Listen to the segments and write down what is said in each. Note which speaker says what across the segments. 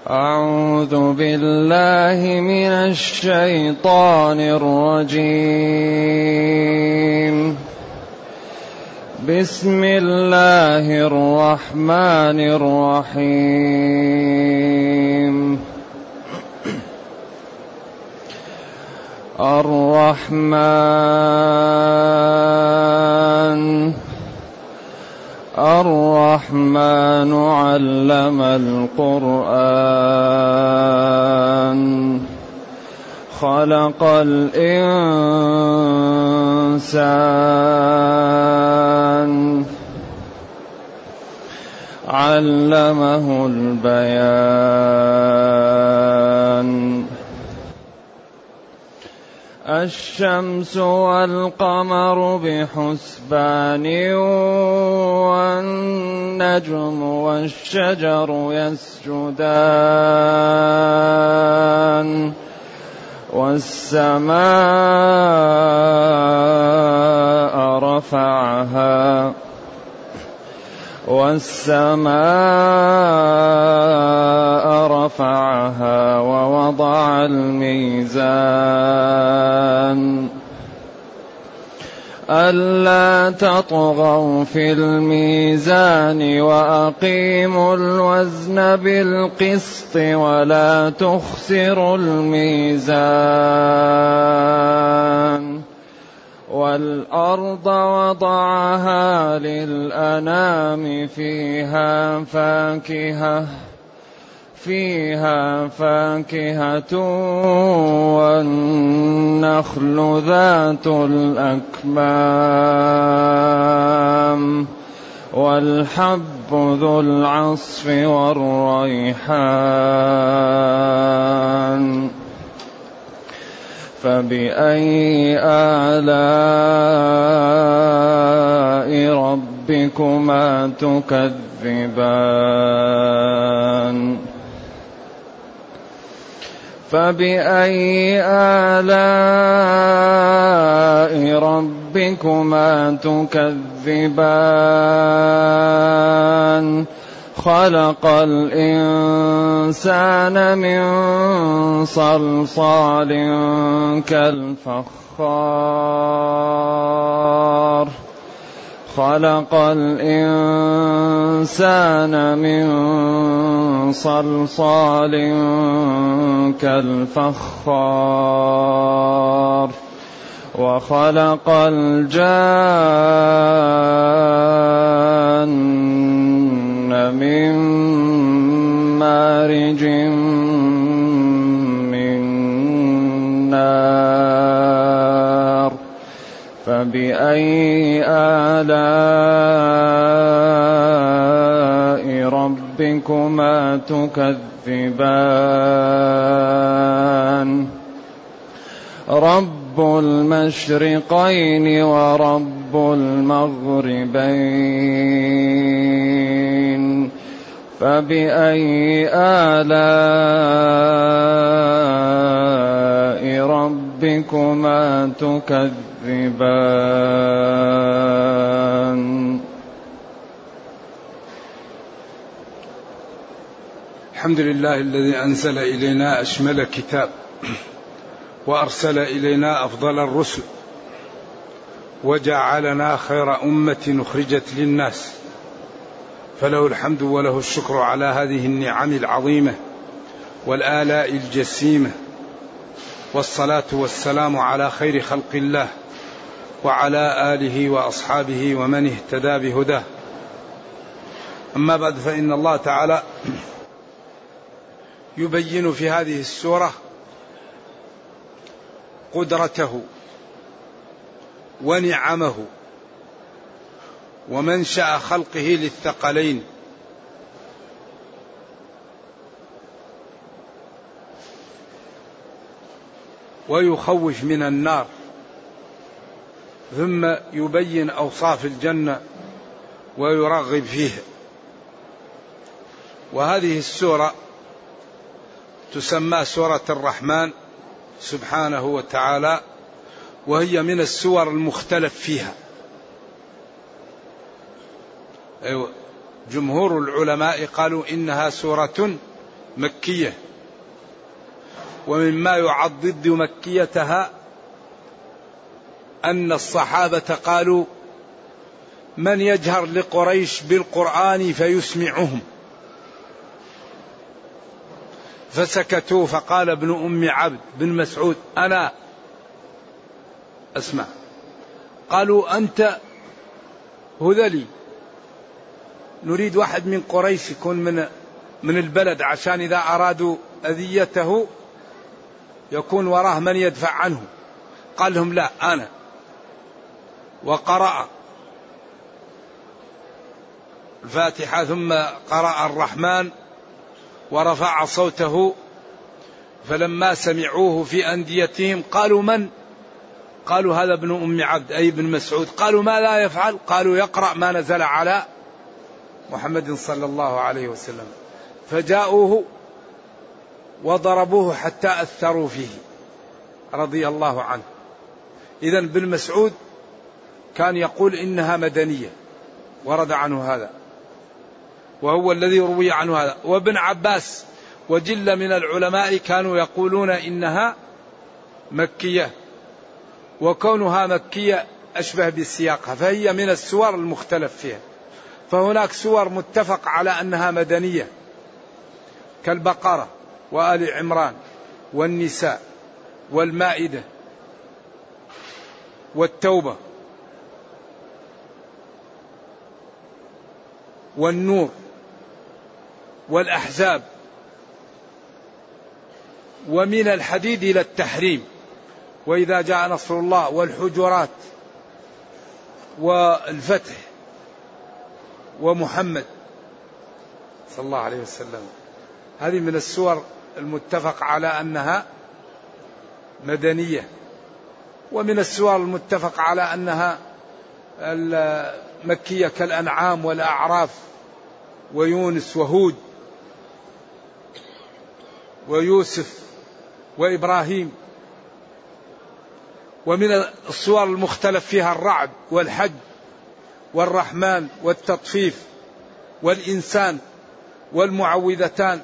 Speaker 1: أعوذ بالله من الشيطان الرجيم. بسم الله الرحمن الرحيم. الرحمن علم القرآن خلق الإنسان علمه البيان. الشمس والقمر بحسبان والنجم والشجر يسجدان والسماء رفعها ووضع الميزان ألا تطغوا في الميزان وأقيموا الوزن بالقسط ولا تخسروا الميزان. والأرض وضعها للأنام فيها فاكهة والنخل ذات الأكمام والحب ذو العصف والريحان. فبأي آلاء ربكما تكذبان فبأي آلاء ربكما تكذبان خلق الإنسان من صلصال كالفخار خلق الإنسان من صلصال كالفخار وخلق الجان من مارج من نار. فبأي آلاء ربكما تكذبان رب المشرقين ورب المغربين. فبأي آلاء ربكما تكذبان.
Speaker 2: الحمد لله الذي أنزل إلينا أشمل كتاب وأرسل إلينا أفضل الرسل وجعلنا خير أمة أخرجت للناس، فله الحمد وله الشكر على هذه النعم العظيمة والآلاء الجسيمة، والصلاة والسلام على خير خلق الله وعلى آله وأصحابه ومن اهتدى بهداه. أما بعد، فإن الله تعالى يبين في هذه السورة قدرته ونعمه ومنشأ خلقه للثقلين، ويخوف من النار، ثم يبين أوصاف الجنة ويرغب فيها. وهذه السورة تسمى سورة الرحمن سبحانه وتعالى، وهي من السور المختلف فيها. جمهور العلماء قالوا إنها سورة مكية. ومما يعضد مكيتها أن الصحابة قالوا: من يجهر لقريش بالقرآن فيسمعهم؟ فسكتوا. فقال ابن أم عبد بن مسعود: أنا أسمع. قالوا: أنت هذلي، نريد واحد من قريش يكون من البلد، عشان إذا أرادوا أذيته يكون وراه من يدفع عنه. قال لهم: لا، أنا. وقرأ الفاتحة ثم قرأ الرحمن ورفع صوته. فلما سمعوه في أنديتهم قالوا: من؟ قالوا: هذا ابن أم عبد أي ابن مسعود. قالوا: ما لا يفعل؟ قالوا: يقرأ ما نزل على محمد صلى الله عليه وسلم. فجاءوه وضربوه حتى أثروا فيه رضي الله عنه. إذن ابن مسعود كان يقول إنها مدنية، ورد عنه هذا، وهو الذي روي عنه هذا. وابن عباس وجل من العلماء كانوا يقولون إنها مكية، وكونها مكية أشبه بسياقها، فهي من السور المختلف فيها. فهناك سور متفق على أنها مدنية كالبقرة وآل عمران والنساء والمائدة والتوبة والنور والأحزاب، ومن الحديد إلى التحريم، وإذا جاء نصر الله، والحجرات والفتح ومحمد صلى الله عليه وسلم. هذه من السور المتفق على أنها مدنية. ومن السور المتفق على أنها مكية كالأنعام والأعراف ويونس وهود ويوسف وإبراهيم. ومن الصور المختلف فيها الرعد والحج والرحمن والتطفيف والإنسان والمعوذتان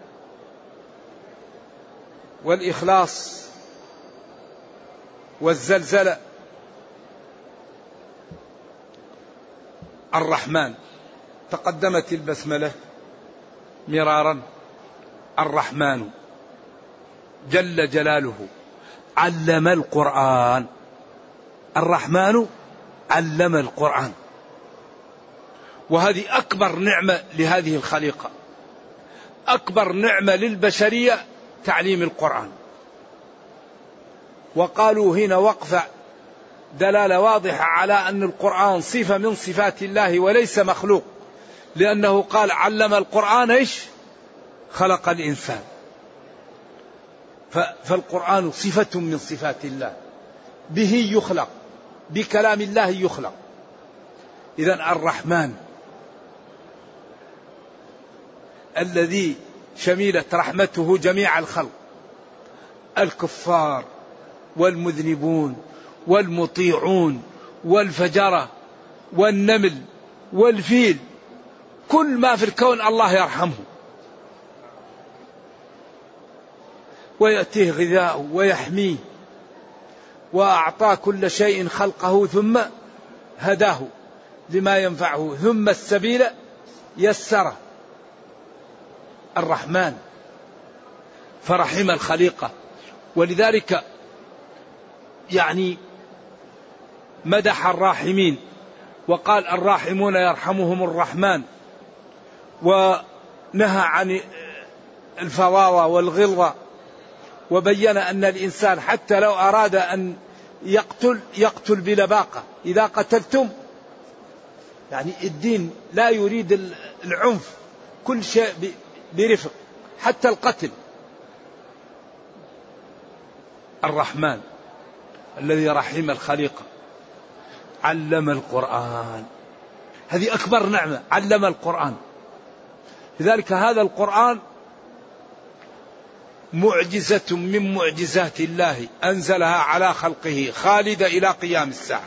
Speaker 2: والإخلاص والزلزلة. الرحمن تقدمت البسملة مرارا. الرحمن جل جلاله علم القرآن. الرحمن علم القرآن، وهذه أكبر نعمة لهذه الخليقة، أكبر نعمة للبشرية تعليم القرآن. وقالوا هنا وقفة دلالة واضحة على أن القرآن صفة من صفات الله وليس مخلوق، لأنه قال: علم القرآن إيش؟ خلق الإنسان. فالقرآن صفة من صفات الله، به يخلق، بكلام الله يخلق. إذن الرحمن الذي شملت رحمته جميع الخلق، الكفار والمذنبون والمطيعون والفجرة والنمل والفيل، كل ما في الكون الله يرحمه ويأتيه غذاءه ويحميه، وأعطى كل شيء خلقه ثم هداه لما ينفعه، ثم السبيل يسره. الرحمن فرحم الخليقة. ولذلك مدح الراحمين وقال: الراحمون يرحمهم الرحمن، ونهى عن الفظاظة والغلظة، وبين أن الإنسان حتى لو أراد أن يقتل بلباقة. إذا قتلتم، الدين لا يريد العنف، كل شيء برفق حتى القتل. الرحمن الذي رحم الخليقة علم القرآن، هذه أكبر نعمة، علم القرآن. لذلك هذا القرآن معجزة من معجزات الله أنزلها على خلقه، خالدة إلى قيام الساعة.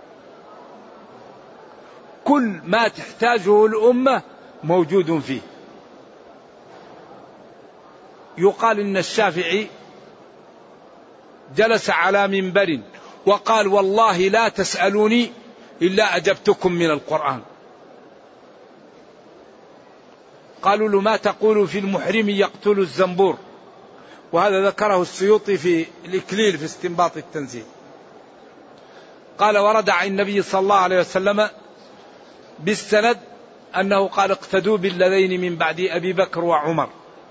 Speaker 2: كل ما تحتاجه الأمة موجود فيه. يقال إن الشافعي جلس على منبر وقال والله لا تسألوني إلا أجبتكم من القرآن. قالوا له ما تقول في المحرم يقتل الزنبور؟ وهذا ذكره السيوطي في الإكليل في استنباط التنزيل. قال ورد عن النبي صلى الله عليه وسلم بالسند أنه قال اقتدوا بالذين من بعد أبي بكر وعمر،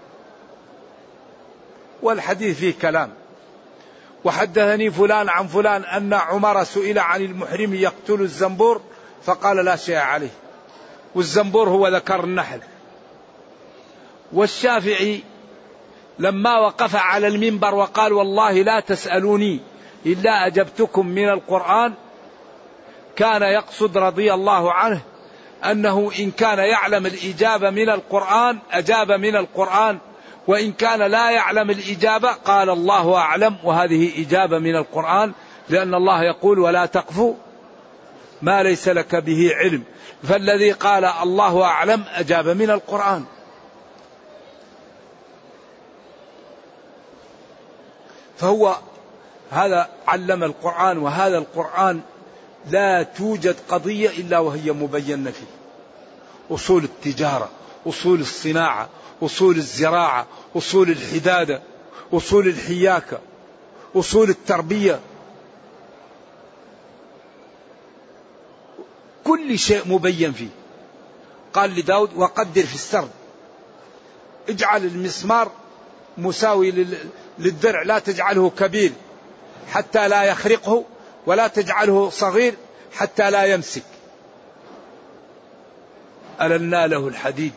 Speaker 2: والحديث فيه كلام. وحدثني فلان عن فلان أن عمر سئل عن المحرم يقتل الزنبور فقال لا شيء عليه، والزنبور هو ذكر النحل. والشافعي لما وقف على المنبر وقال والله لا تسألوني إلا أجبتكم من القرآن، كان يقصد رضي الله عنه أنه إن كان يعلم الإجابة من القرآن أجاب من القرآن، وإن كان لا يعلم الإجابة قال الله أعلم، وهذه إجابة من القرآن، لأن الله يقول ولا تقف ما ليس لك به علم. فالذي قال الله أعلم أجاب من القرآن. فهو هذا علم القرآن، وهذا القرآن لا توجد قضية إلا وهي مبينة فيه. أصول التجارة، أصول الصناعة، أصول الزراعة، أصول الحدادة، أصول الحياكة، أصول التربية، كل شيء مبين فيه. قال لداود وقدر في السرد، اجعل المسمار مساوي للدرع، لا تجعله كبير حتى لا يخرقه، ولا تجعله صغير حتى لا يمسك. ألنا له الحديد.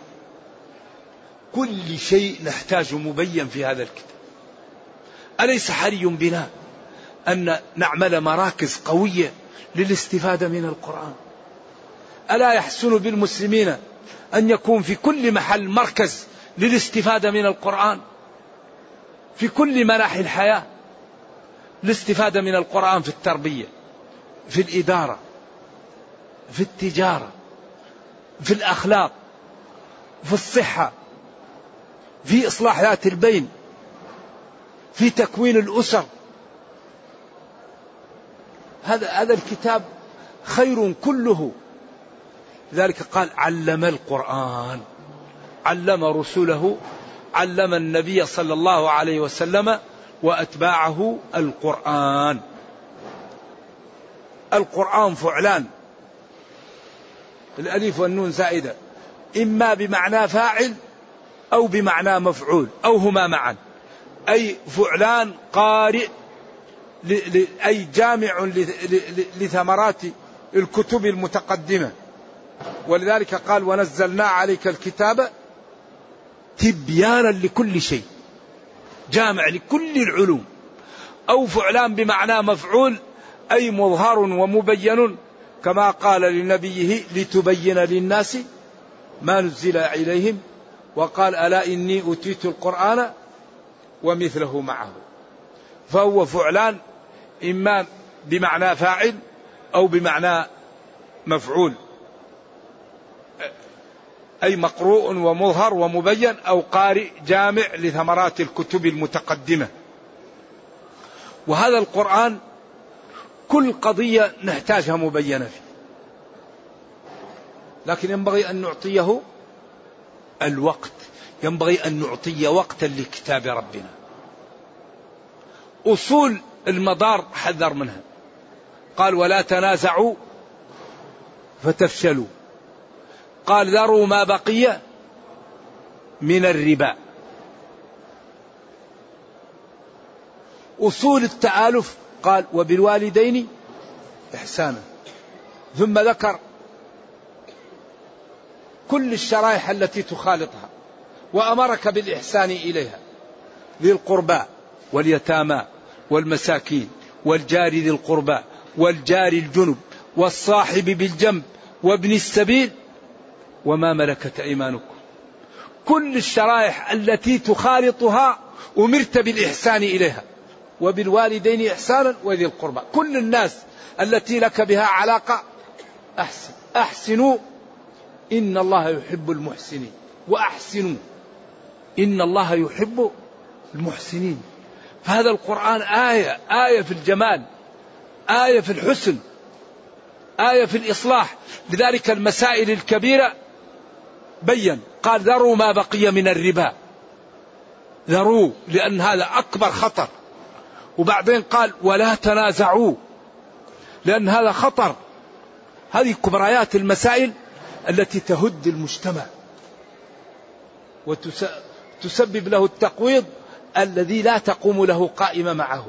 Speaker 2: كل شيء نحتاج مبين في هذا الكتاب. أليس حري بنا أن نعمل مراكز قوية للاستفادة من القرآن؟ ألا يحسن بالمسلمين أن يكون في كل محل مركز للاستفادة من القرآن في كل مناحي الحياة؟ الاستفادة من القرآن في التربية، في الإدارة، في التجارة، في الأخلاق، في الصحة، في إصلاح ذات البين، في تكوين الأسر. هذا الكتاب خير كله. لذلك قال علم القرآن، علم رسله، علم النبي صلى الله عليه وسلم وأتباعه القرآن. القرآن فعلان، الألف والنون زائدة، إما بمعنى فاعل أو بمعنى مفعول أو هما معا. أي فعلان قارئ، أي جامع لثمرات الكتب المتقدمة. ولذلك قال ونزلنا عليك الكتاب تبيانا لكل شيء، جامع لكل العلوم. أو فعلان بمعنى مفعول، أي مظهر ومبين، كما قال لنبيه لتبين للناس ما نزل إليهم، وقال ألا إني أوتيت القرآن ومثله معه. فهو فعلان إما بمعنى فاعل أو بمعنى مفعول، أي مقروء ومظهر ومبين، أو قارئ جامع لثمرات الكتب المتقدمة. وهذا القرآن كل قضية نحتاجها مبينة فيه، لكن ينبغي أن نعطيه الوقت، ينبغي أن نعطي وقتا لكتاب ربنا. أصول المدار حذر منها، قال ولا تنازعوا فتفشلوا، قال ذروا ما بقي من الربا. أصول التآلف قال وبالوالدين إحسانا، ثم ذكر كل الشرائح التي تخالطها، وأمرك بالإحسان إليها، ذي القربى واليتامى والمساكين والجار ذي القربى والجار الجنب والصاحب بالجنب وابن السبيل وما ملكت أيمانكم. كل الشرائح التي تخالطها أمرت بالإحسان إليها، وبالوالدين إحسانا وذي القربى. كل الناس التي لك بها علاقة أحسنوا إن الله يحب المحسنين، وأحسنوا إن الله يحب
Speaker 3: المحسنين. فهذا القرآن آية في الجمال، آية في الحسن، آية في الإصلاح. لذلك المسائل الكبيرة بين، قال ذروا ما بقي من الربا، ذروا لأن هذا أكبر خطر. وبعدين قال ولا تنازعوا لأن هذا خطر. هذه كبريات المسائل التي تهد المجتمع وتسبب له التقويض الذي لا تقوم له قائمة معه.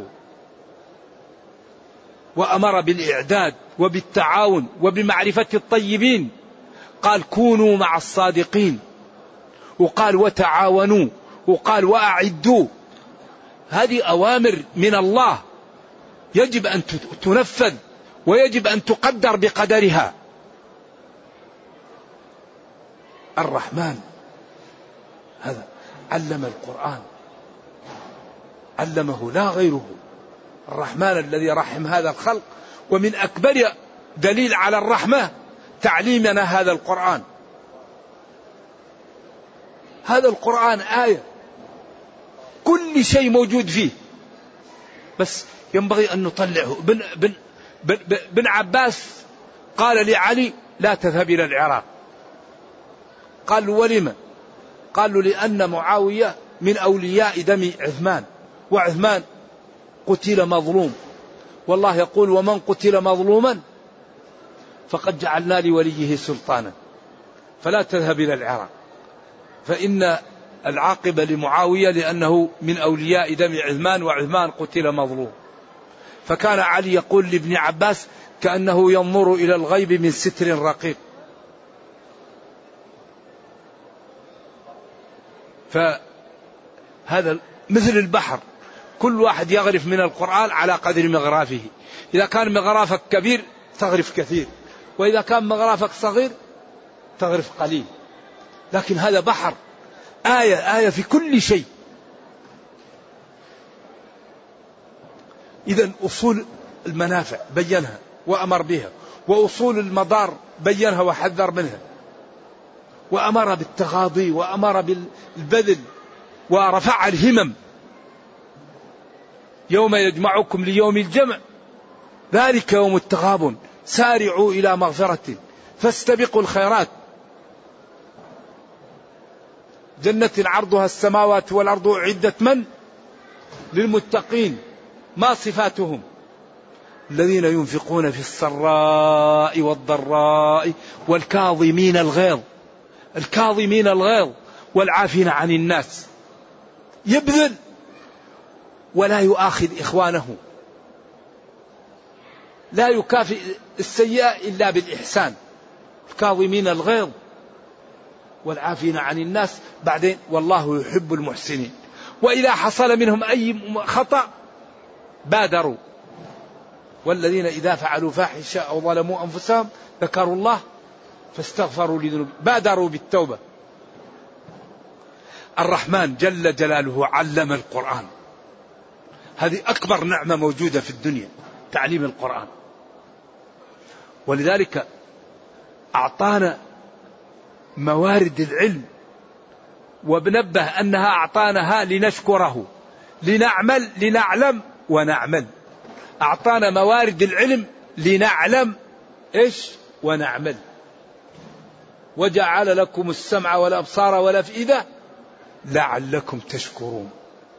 Speaker 3: وأمر بالإعداد وبالتعاون وبمعرفة الطيبين، قال كونوا مع الصادقين، وقال وتعاونوا، وقال وأعدوا. هذه أوامر من الله يجب أن تنفذ ويجب أن تقدر بقدرها. الرحمن هذا علم القرآن، علمه لا غيره. الرحمن الذي رحم هذا الخلق. ومن أكبر دليل على الرحمة تعليمنا هذا القرآن. هذا القرآن آية، كل شيء موجود فيه، بس ينبغي أن نطلعه. بن عباس قال لعلي لا تذهب إلى العراق. قال له ولم؟ قال له لأن معاوية من أولياء دم عثمان، وعثمان قتل مظلوم، والله يقول ومن قتل مظلوما فقد جعلنا لوليه سلطانا، فلا تذهب إلى العراق، فإن العاقبة لمعاوية لأنه من أولياء دم عثمان، وعثمان قتل مظلوم. فكان علي يقول لابن عباس كأنه ينظر إلى الغيب من ستر رقيق. فهذا مثل البحر، كل واحد يغرف من القرآن على قدر مغرافه. إذا كان مغرافك كبير تغرف كثير، وإذا كان مغرافك صغير تغرف قليل. لكن هذا بحر، آية في كل شيء. إذن أصول المنافع بينها وأمر بها، وأصول المضار بينها وحذر منها، وأمر بالتغاضي وأمر بالبذل ورفع الهمم. يوم يجمعكم ليوم الجمع ذلك يوم التغابن سارعوا إلى مغفرة فاستبقوا الخيرات. جنة عرضها السماوات والأرض أعدت من؟ للمتقين. ما صفاتهم؟ الذين ينفقون في السراء والضراء والكاظمين الغيظ، الكاظمين الغيظ والعافين عن الناس. يبذل ولا يؤاخذ إخوانه، لا يكافئ السيئة إلا بالإحسان. الكاظمين الغيظ والعافين عن الناس. بعدين والله يحب المحسنين. وإذا حصل منهم أي خطأ بادروا، والذين إذا فعلوا فاحشة أو ظلموا أنفسهم ذكروا الله فاستغفروا لذنوبهم بادروا بالتوبة. الرحمن جل جلاله علم القرآن. هذه أكبر نعمة موجودة في الدنيا، تعليم القرآن. ولذلك أعطانا موارد العلم، وبنبه أنها أعطاناها لنشكره، لنعلم ونعمل. أعطانا موارد العلم لنعلم إيش ونعمل. وجعل لكم السمع والأبصار والأفئدة لعلكم تشكرون.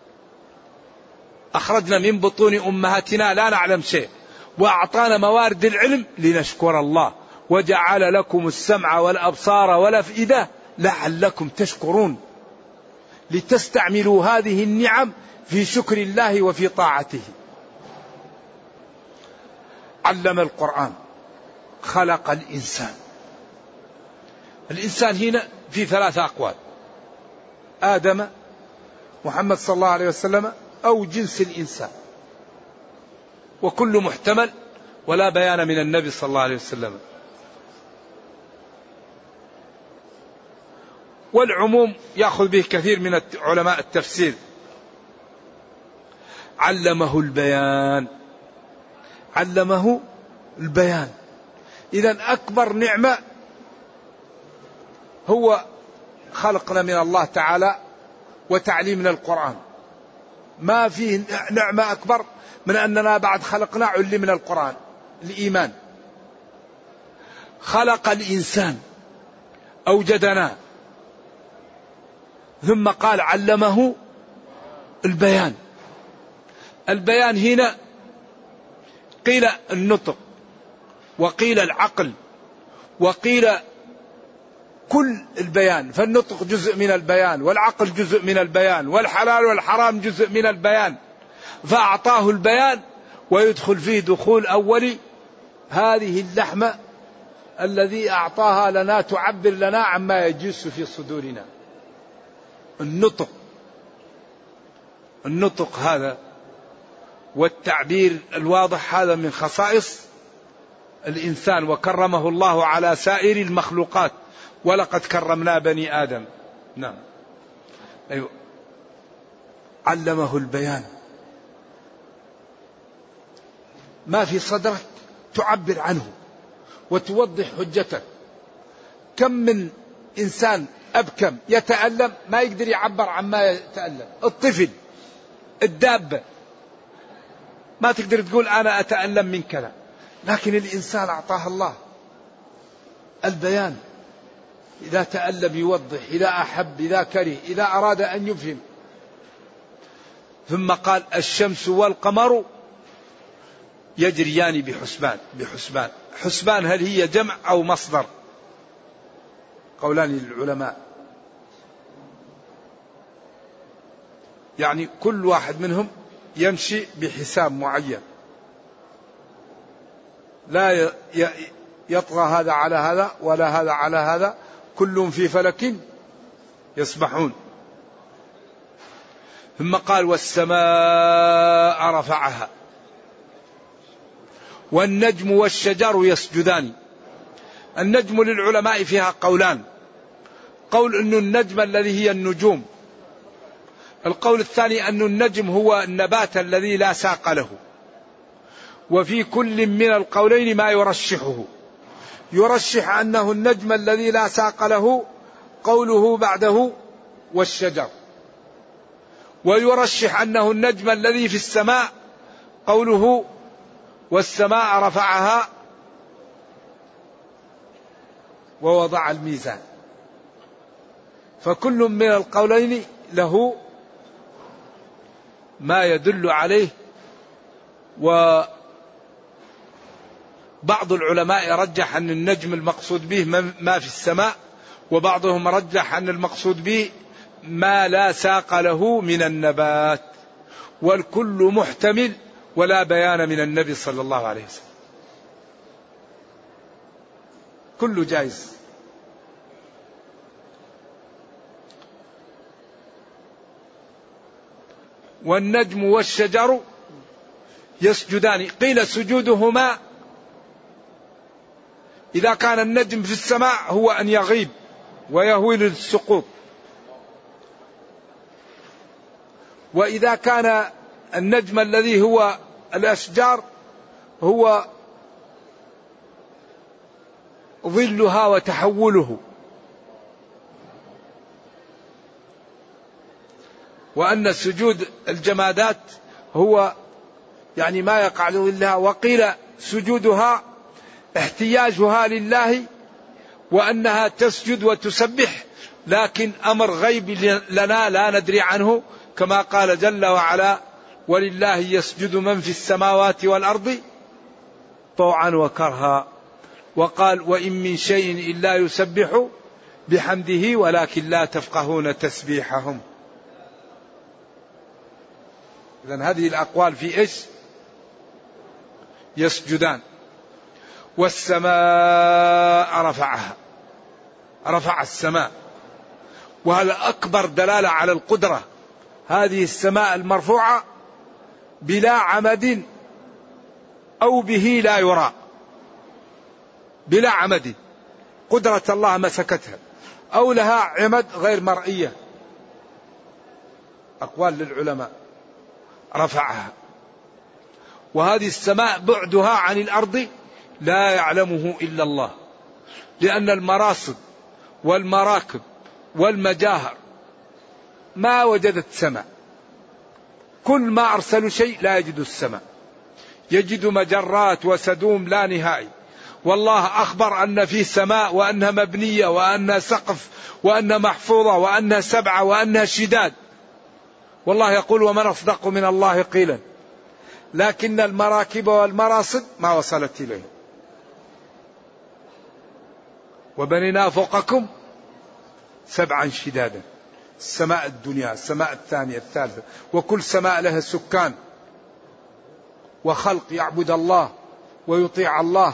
Speaker 3: أخرجنا من بطون أمهاتنا لا نعلم شيء، وأعطانا موارد العلم لنشكر الله. وجعل لكم السمع والأبصار والأفئدة لعلكم تشكرون، لتستعملوا هذه النعم في شكر الله وفي طاعته. علم القرآن، خلق الإنسان. الإنسان هنا في 3 أقوال: آدم، محمد صلى الله عليه وسلم، أو جنس الإنسان. وكل محتمل، ولا بيان من النبي صلى الله عليه وسلم. والعموم يأخذ به كثير من علماء التفسير. علمه البيان، علمه البيان. إذن أكبر نعمة هو خلقنا من الله تعالى وتعليمنا القرآن. ما فيه نعمة أكبر من أننا بعد خلقنا علمنا القرآن. الإيمان خلق الإنسان أوجدنا ثم قال علمه البيان. البيان هنا قيل النطق وقيل العقل وقيل كل البيان، فالنطق جزء من البيان والعقل جزء من البيان والحلال والحرام جزء من البيان، فأعطاه البيان ويدخل فيه دخول أولي هذه اللحمة الذي أعطاها لنا تعبر لنا عما يجس في صدورنا. النطق هذا والتعبير الواضح هذا من خصائص الإنسان، وكرمه الله على سائر المخلوقات، ولقد كرمنا بني آدم. نعم أيوة. علمه البيان، ما في صدرك تعبر عنه وتوضح حجتك. كم من إنسان أبكم يتألم ما يقدر يعبر عما يتألم. الطفل، الدابة، ما تقدر تقول أنا أتألم من كذا، لكن الإنسان أعطاه الله البيان، إذا تألم يوضح، إذا أحب، إذا كره، إذا أراد أن يفهم. ثم قال الشمس والقمر يجريان بحسبان. حسبان هل هي جمع أو مصدر؟ قولان للعلماء، يعني كل واحد منهم يمشي بحساب معين، لا يطغى هذا على هذا ولا هذا على هذا، كل في فلك يسبحون. ثم قال والسماء رفعها والنجم والشجر يسجدان. النجم للعلماء فيها قولان، قول أن النجم الذي هي النجوم، القول الثاني أن النجم هو النبات الذي لا ساق له. وفي كل من القولين ما يرشحه، يرشح أنه النجم الذي لا ساق له قوله بعده والشجر، ويرشح أنه النجم الذي في السماء قوله والسماء رفعها ووضع الميزان. فكل من القولين له ما يدل عليه. وبعض العلماء رجح أن النجم المقصود به ما في السماء، وبعضهم رجح أن المقصود به ما لا ساق له من النبات، والكل محتمل ولا بيان من النبي صلى الله عليه وسلم، كله جائز. والنجم والشجر يسجدان، قيل سجودهما إذا كان النجم في السماء هو أن يغيب ويهوي للسقوط، وإذا كان النجم الذي هو الأشجار هو ظلها وتحوله، وأن سجود الجمادات هو يعني ما يقع لظلها. وقيل سجودها احتياجها لله وأنها تسجد وتسبح، لكن أمر غيب لنا لا ندري عنه، كما قال جل وعلا ولله يسجد من في السماوات والأرض طوعا وكرها. وقال وإن من شيء إلا يسبح بحمده ولكن لا تفقهون تسبيحهم. إذن هذه الأقوال في إيش؟ يسجدان. والسماء رفعها، رفع السماء، وهذا أكبر دلالة على القدرة. هذه السماء المرفوعة بلا عمد أو به لا يرى، بلا عمد، قدرة الله مسكتها، أو لها عمد غير مرئية. أقوال للعلماء. رفعها، وهذه السماء بعدها عن الأرض لا يعلمه إلا الله، لأن المراصد والمراكب والمجاهر ما وجدت سماء، كل ما أرسلوا شيء لا يجدوا السماء، يجدوا مجرات وسدوم لا نهائي. والله أخبر أن في سماء وأنها مبنية وأنها سقف وأنها محفوظة وأنها سبعة وأنها شداد. والله يقول ومن أصدق من الله قيلا، لكن المراكب والمراصد ما وصلت إليه. وبنينا فوقكم سبعا شدادا، السماء الدنيا، السماء الثانية الثالثة، وكل سماء لها سكان وخلق يعبد الله ويطيع الله.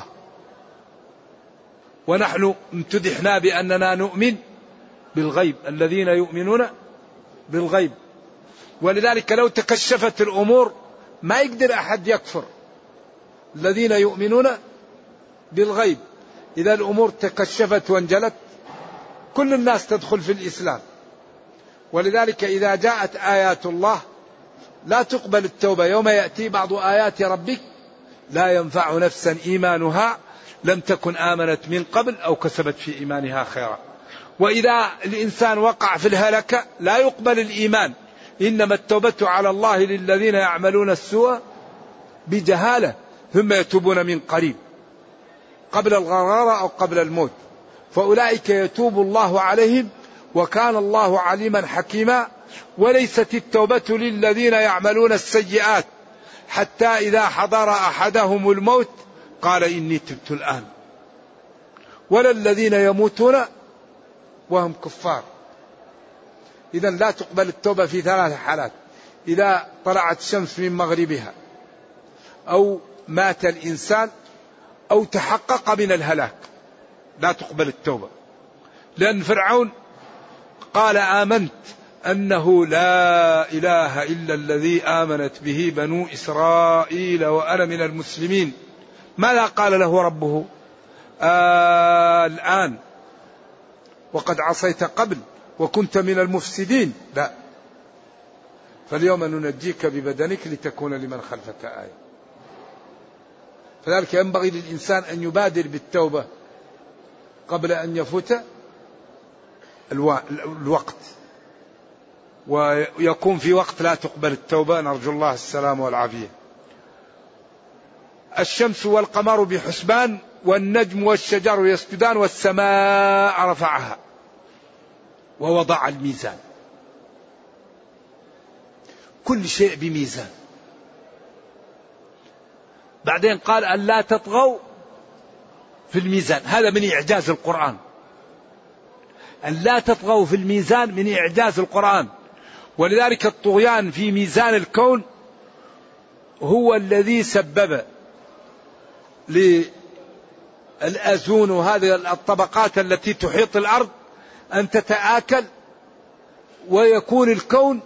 Speaker 3: ونحن امتدحنا بأننا نؤمن بالغيب، الذين يؤمنون بالغيب. ولذلك لو تكشفت الأمور ما يقدر أحد يكفر، الذين يؤمنون بالغيب. إذا الأمور تكشفت وانجلت كل الناس تدخل في الإسلام. ولذلك إذا جاءت آيات الله لا تقبل التوبة. يوم يأتي بعض آيات ربك لا ينفع نفسا إيمانها لم تكن آمنت من قبل أو كسبت في إيمانها خيرا. وإذا الإنسان وقع في الهلكة لا يقبل الإيمان. إنما التوبة على الله للذين يعملون السوء بجهالة ثم يتوبون من قريب قبل الغرارة أو قبل الموت، فأولئك يتوب الله عليهم وكان الله عليما حكيما. وليست التوبة للذين يعملون السيئات حتى إذا حضر أحدهم الموت قال إني تبت الآن، ولا الذين يموتون وهم كفار. إذا لا تقبل التوبة في ثلاث حالات: إذا طلعت الشمس من مغربها، أو مات الإنسان، أو تحقق من الهلاك، لا تقبل التوبة. لأن فرعون قال آمنت أنه لا إله إلا الذي آمنت به بنو إسرائيل وأنا من المسلمين. ماذا قال له ربه؟ الآن وقد عصيت قبل وكنت من المفسدين. لا، فاليوم ننجيك ببدنك لتكون لمن خلفك آية. فذلك ينبغي للإنسان أن يبادر بالتوبة قبل أن يفوت الوقت، ويكون في وقت لا تقبل التوبة. نرجو الله السلام والعافية. الشمس والقمر بحسبان والنجم والشجر يسجدان والسماء رفعها ووضع الميزان. كل شيء بميزان. بعدين قال أن لا تطغوا في الميزان. هذا من إعجاز القرآن. أن لا تطغوا في الميزان من إعجاز القرآن. ولذلك الطغيان في ميزان الكون هو الذي سبب للأزون وهذه الطبقات التي تحيط الأرض أن تتآكل ويكون الكون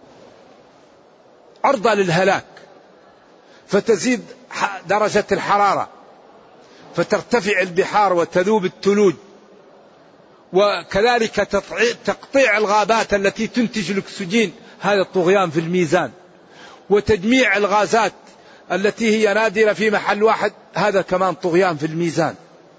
Speaker 3: عرضة للهلاك، فتزيد درجة الحرارة، فترتفع البحار وتذوب الثلوج، وكذلك تقطيع الغابات التي تنتج الأكسجين. هذا الطغيان في الميزان. وتجميع الغازات التي هي نادرة في محل واحد، هذا كمان طغيان في الميزان.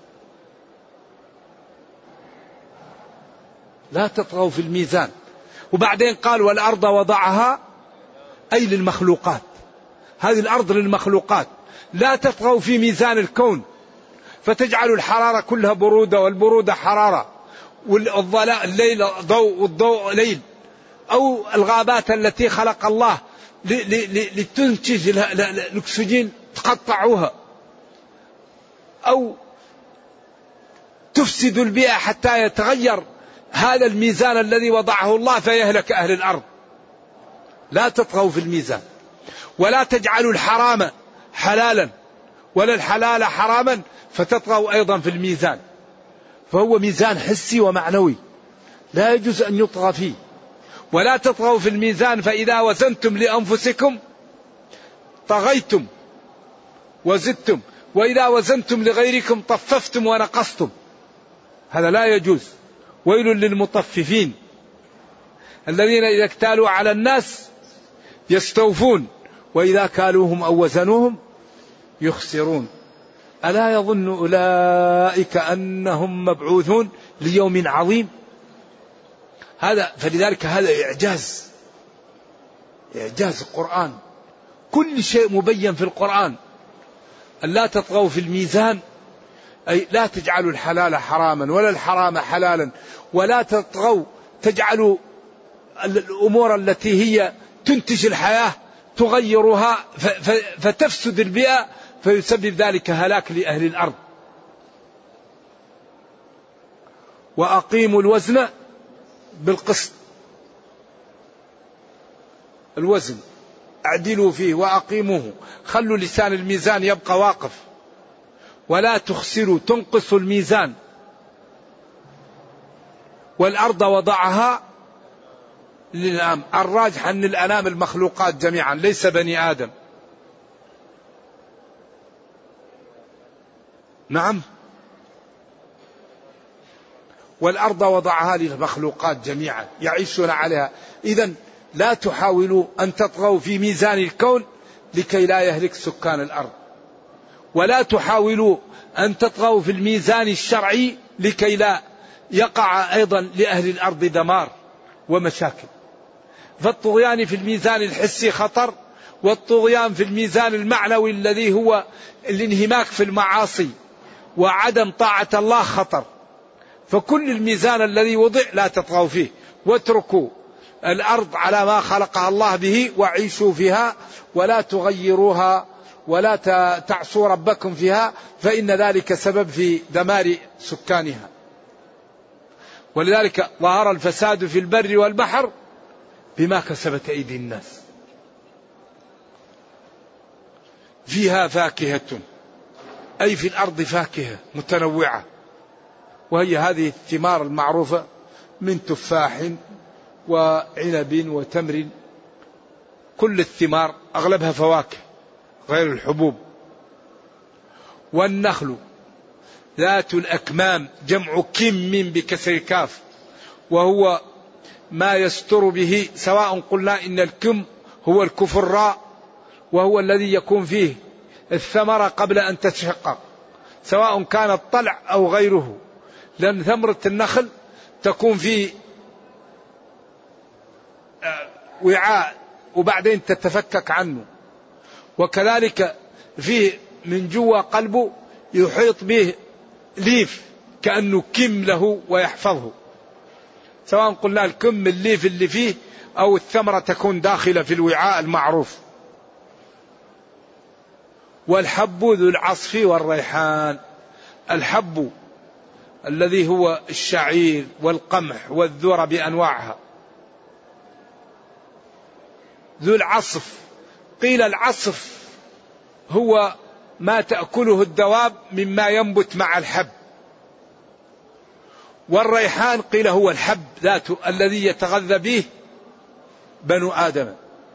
Speaker 3: لا تطغوا في الميزان. وبعدين قال والأرض وضعها أي للمخلوقات. هذه الأرض للمخلوقات. لا تطغوا في ميزان الكون فتجعلوا الحرارة كلها برودة والبرودة حرارة، والظلام الليل ضوء والضوء ليل، أو الغابات التي خلق الله لتنتج الأكسجين تقطعوها، أو تفسد البيئة حتى يتغير هذا الميزان الذي وضعه الله فيهلك أهل الأرض. لا تطغوا في الميزان. ولا تجعلوا الحرام حلالا ولا الحلال حراما فتطغوا أيضا في الميزان. فهو ميزان حسي ومعنوي لا يجوز أن يطغى فيه. ولا تطغوا في الميزان فإذا وزنتم لأنفسكم طغيتم وزدتم، وإذا وزنتم لغيركم طففتم ونقصتم. هذا لا يجوز. ويل للمطففين الذين إذا اكتالوا على الناس يستوفون وإذا كالوهم أو وزنوهم يخسرون. ألا يظن أولئك أنهم مبعوثون ليوم عظيم. فلذلك هذا إعجاز. إعجاز القرآن، كل شيء مبين في القرآن. أن لا تطغوا في الميزان، أي لا تجعلوا الحلال حراما ولا الحرام حلالا، ولا تطغوا تجعلوا الأمور التي هي تنتج الحياة تغيرها فتفسد البيئة، فيسبب ذلك هلاك لأهل الأرض. وأقيموا الوزن بالقسط، الوزن اعدلوا فيه وأقيموه، خلوا لسان الميزان يبقى واقف، ولا تخسروا تنقصوا الميزان. والأرض وضعها للأنام، الراجح أن الأنام المخلوقات جميعا ليس بني آدم. نعم، والأرض وضعها للمخلوقات جميعا يعيشون عليها. إذن لا تحاولوا أن تطغوا في ميزان الكون لكي لا يهلك سكان الأرض، ولا تحاولوا أن تطغوا في الميزان الشرعي لكي لا يقع أيضا لأهل الأرض دمار ومشاكل. فالطغيان في الميزان الحسي خطر، والطغيان في الميزان المعنوي الذي هو الانهماك في المعاصي وعدم طاعة الله خطر. فكل الميزان الذي وضع لا تطغوا فيه، واتركوا الأرض على ما خلقها الله به وعيشوا فيها، ولا تغيروها ولا تعصوا ربكم فيها، فإن ذلك سبب في دمار سكانها. ولذلك ظهر الفساد في البر والبحر بما كسبت أيدي الناس. فيها فاكهة، أي في الأرض فاكهة متنوعة، وهي هذه الثمار المعروفة من تفاح وعنب وتمر، كل الثمار أغلبها فواكه غير الحبوب. والنخل ذات الأكمام، جمع كم بكسر كاف، وهو ما يستر به، سواء قلنا إن الكم هو الكفراء، وهو الذي يكون فيه الثمرة قبل أن تتشقق، سواء كان الطلع أو غيره، لأن ثمرة النخل تكون في وعاء وبعدين تتفكك عنه، وكذلك فيه من جوا قلبه يحيط به ليف كأنه كم له ويحفظه، سواء قلنا الكم الليف اللي فيه أو الثمرة تكون داخلة في الوعاء المعروف. والحب ذو العصف والريحان، الحب الذي هو الشعير والقمح والذرة بأنواعها. ذو العصف، قيل العصف هو ما تأكله الدواب مما ينبت مع الحب، والريحان قيل هو الحب ذاته الذي يتغذى به بنو آدم.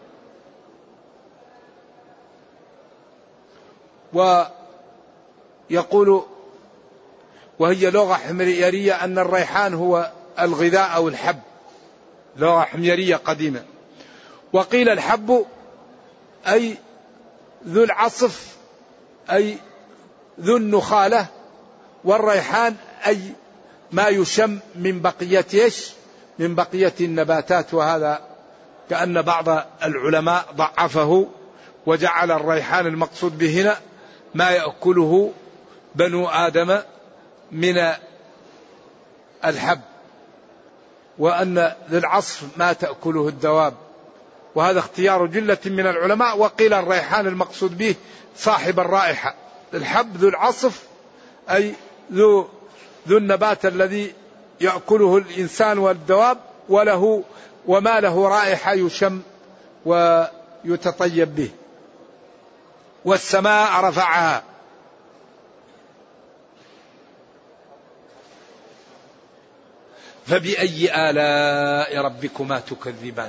Speaker 3: ويقول وهي لغة حميرية أن الريحان هو الغذاء أو الحب، لغة حميرية قديمة. وقيل الحب أي ذو العصف أي ذو النخالة، والريحان أي ما يشم من بقية إيش؟ من بقية النباتات. وهذا كأن بعض العلماء ضعفه وجعل الريحان المقصود به هنا ما يأكله بنو آدم من الحب، وأن للعصف ما تأكله الدواب، وهذا اختيار جلة من العلماء. وقيل الريحان المقصود به صاحب الرائحة، الحب ذو العصف أي ذو النبات الذي يأكله الإنسان والدواب، وما له رائحة يشم ويتطيب به. والسماء رفعها، فبأي آلاء ربكما تكذبان،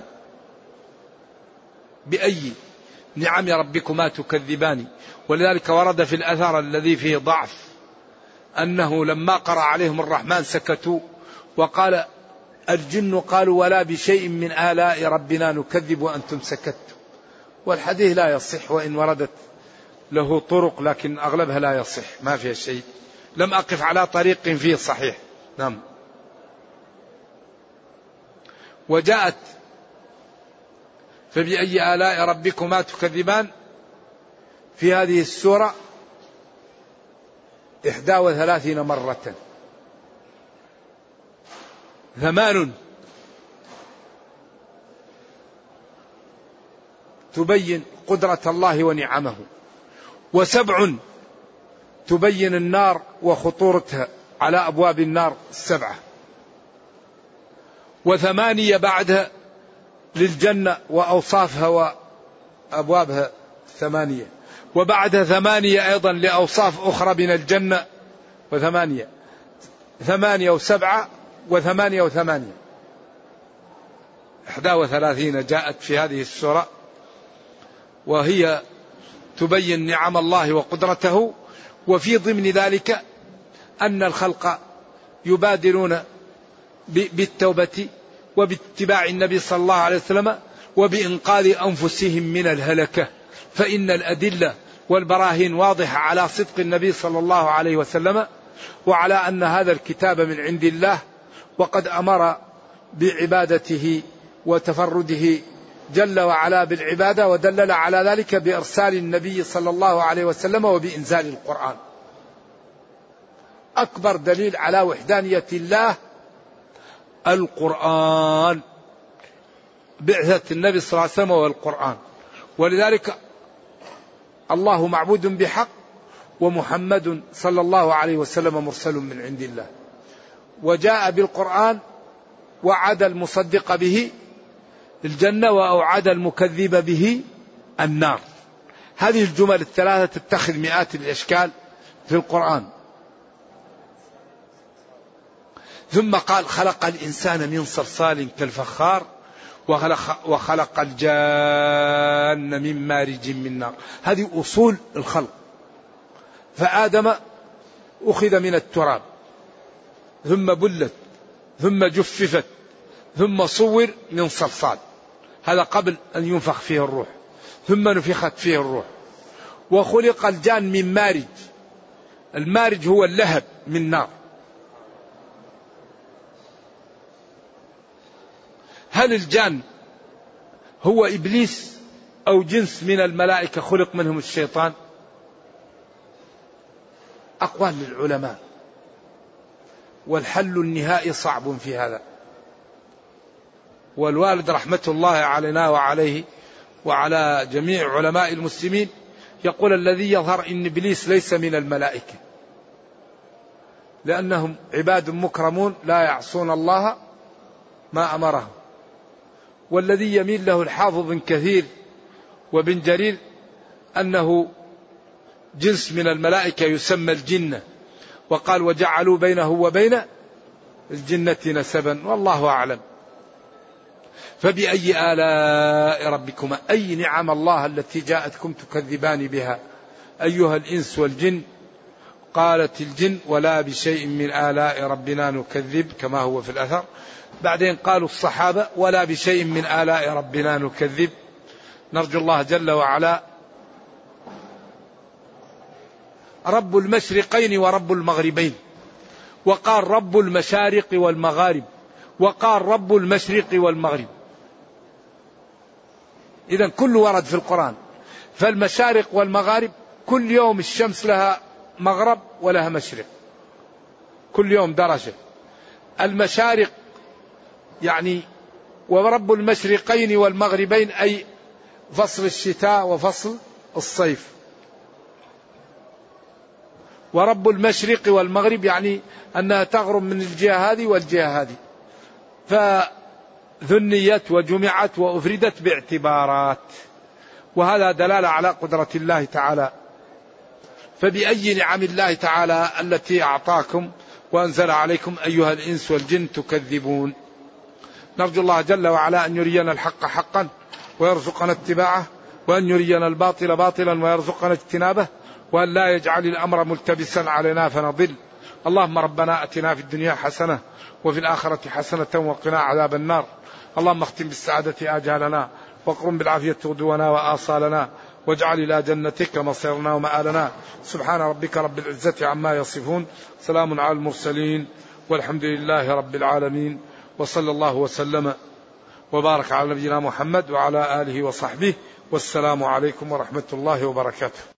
Speaker 3: بأي نعم ربكما تكذبان. ولذلك ورد في الأثر الذي فيه ضعف أنه لما قرأ عليهم الرحمن سكتوا، وقال الجن قالوا ولا بشيء من آلاء ربنا نكذب وأنتم سكتوا. والحديث لا يصح، وإن وردت له طرق لكن أغلبها لا يصح، ما فيها شيء، لم أقف على طريق فيه صحيح. نعم. وجاءت فبأي آلاء ربكما تكذبان في هذه السورة 31 مرة. 8 تبين قدرة الله ونعمه، 7 تبين النار وخطورتها على أبواب النار 7، 8 بعدها للجنة وأوصافها وأبوابها 8، وبعدها 8 أيضا لأوصاف أخرى من الجنة و8، 8 و7 و8 و8، 31 جاءت في هذه السورة، وهي تبين نعم الله وقدرته. وفي ضمن ذلك أن الخلق يبادرون بالتوبة وباتباع النبي صلى الله عليه وسلم وبإنقاذ أنفسهم من الهلكة، فإن الأدلة والبراهين واضحة على صدق النبي صلى الله عليه وسلم، وعلى أن هذا الكتاب من عند الله، وقد أمر بعبادته وتفرده جل وعلا بالعبادة، ودلل على ذلك بإرسال النبي صلى الله عليه وسلم وبإنزال القرآن. أكبر دليل على وحدانية الله القرآن، بعثة النبي صلى الله عليه وسلم والقرآن، ولذلك الله معبود بحق، ومحمد صلى الله عليه وسلم مرسل من عند الله، وجاء بالقرآن وعد المصدق به الجنة وأوعد المكذب به النار. هذه الجمل الثلاثة تتخذ مئات الأشكال في القرآن. ثم قال خلق الإنسان من صلصال كالفخار وخلق الجان من مارج من نار. هذه أصول الخلق. فآدم أخذ من التراب ثم بلت ثم جففت ثم صور من صلصال، هذا قبل أن ينفخ فيه الروح، ثم نفخت فيه الروح. وخلق الجان من مارج، المارج هو اللهب من نار. هل الجان هو إبليس أو جنس من الملائكة خلق منهم الشيطان؟ أقوال للعلماء، والحل النهائي صعب في هذا. والوالد رحمة الله علينا وعليه وعلى جميع علماء المسلمين يقول الذي يظهر إن إبليس ليس من الملائكة، لأنهم عباد مكرمون لا يعصون الله ما أمرهم. والذي يميل له الحافظ بن كثير وابن جرير أنه جنس من الملائكة يسمى الجنة، وقال وجعلوا بينه وبين الجنة نسبا، والله أعلم. فبأي آلاء ربكما، أي نعم الله التي جاءتكم تكذبان بها أيها الإنس والجن؟ قالت الجن ولا بشيء من آلاء ربنا نكذب، كما هو في الأثر. بعدين قالوا الصحابة ولا بشيء من آلاء ربنا نكذب. نرجو الله جل وعلا رب المشرقين ورب المغربين، وقال رب المشارق والمغارب، وقال رب المشرق والمغرب. إذن كل ورد في القرآن. فالمشارق والمغارب كل يوم الشمس لها مغرب ولها مشرق، كل يوم درجة. المشارق يعني ورب المشرقين والمغربين أي فصل الشتاء وفصل الصيف. ورب المشرق والمغرب يعني أنها تغرب من الجهة هذه والجهة هذه، فذنيت وجمعت وأفردت باعتبارات، وهذا دلالة على قدرة الله تعالى. فبأي نعم الله تعالى التي أعطاكم وأنزل عليكم أيها الإنس والجن تكذبون؟ نرجو الله جل وعلا أن يرينا الحق حقا ويرزقنا اتباعه، وأن يرينا الباطل باطلا ويرزقنا اجتنابه، وأن لا يجعل الأمر ملتبسا علينا فنضل. اللهم ربنا أتنا في الدنيا حسنة وفي الآخرة حسنة وقنا عذاب النار. اللهم اختم بالسعادة آجالنا، واقرم بالعافية غدونا وآصالنا، واجعل إلى جنتك مصيرنا ومآلنا. سبحان ربك رب العزة عما يصفون، سلام على المرسلين، والحمد لله رب العالمين، وصلى الله وسلم
Speaker 2: وبارك على نبينا محمد وعلى آله وصحبه، والسلام عليكم ورحمة الله وبركاته.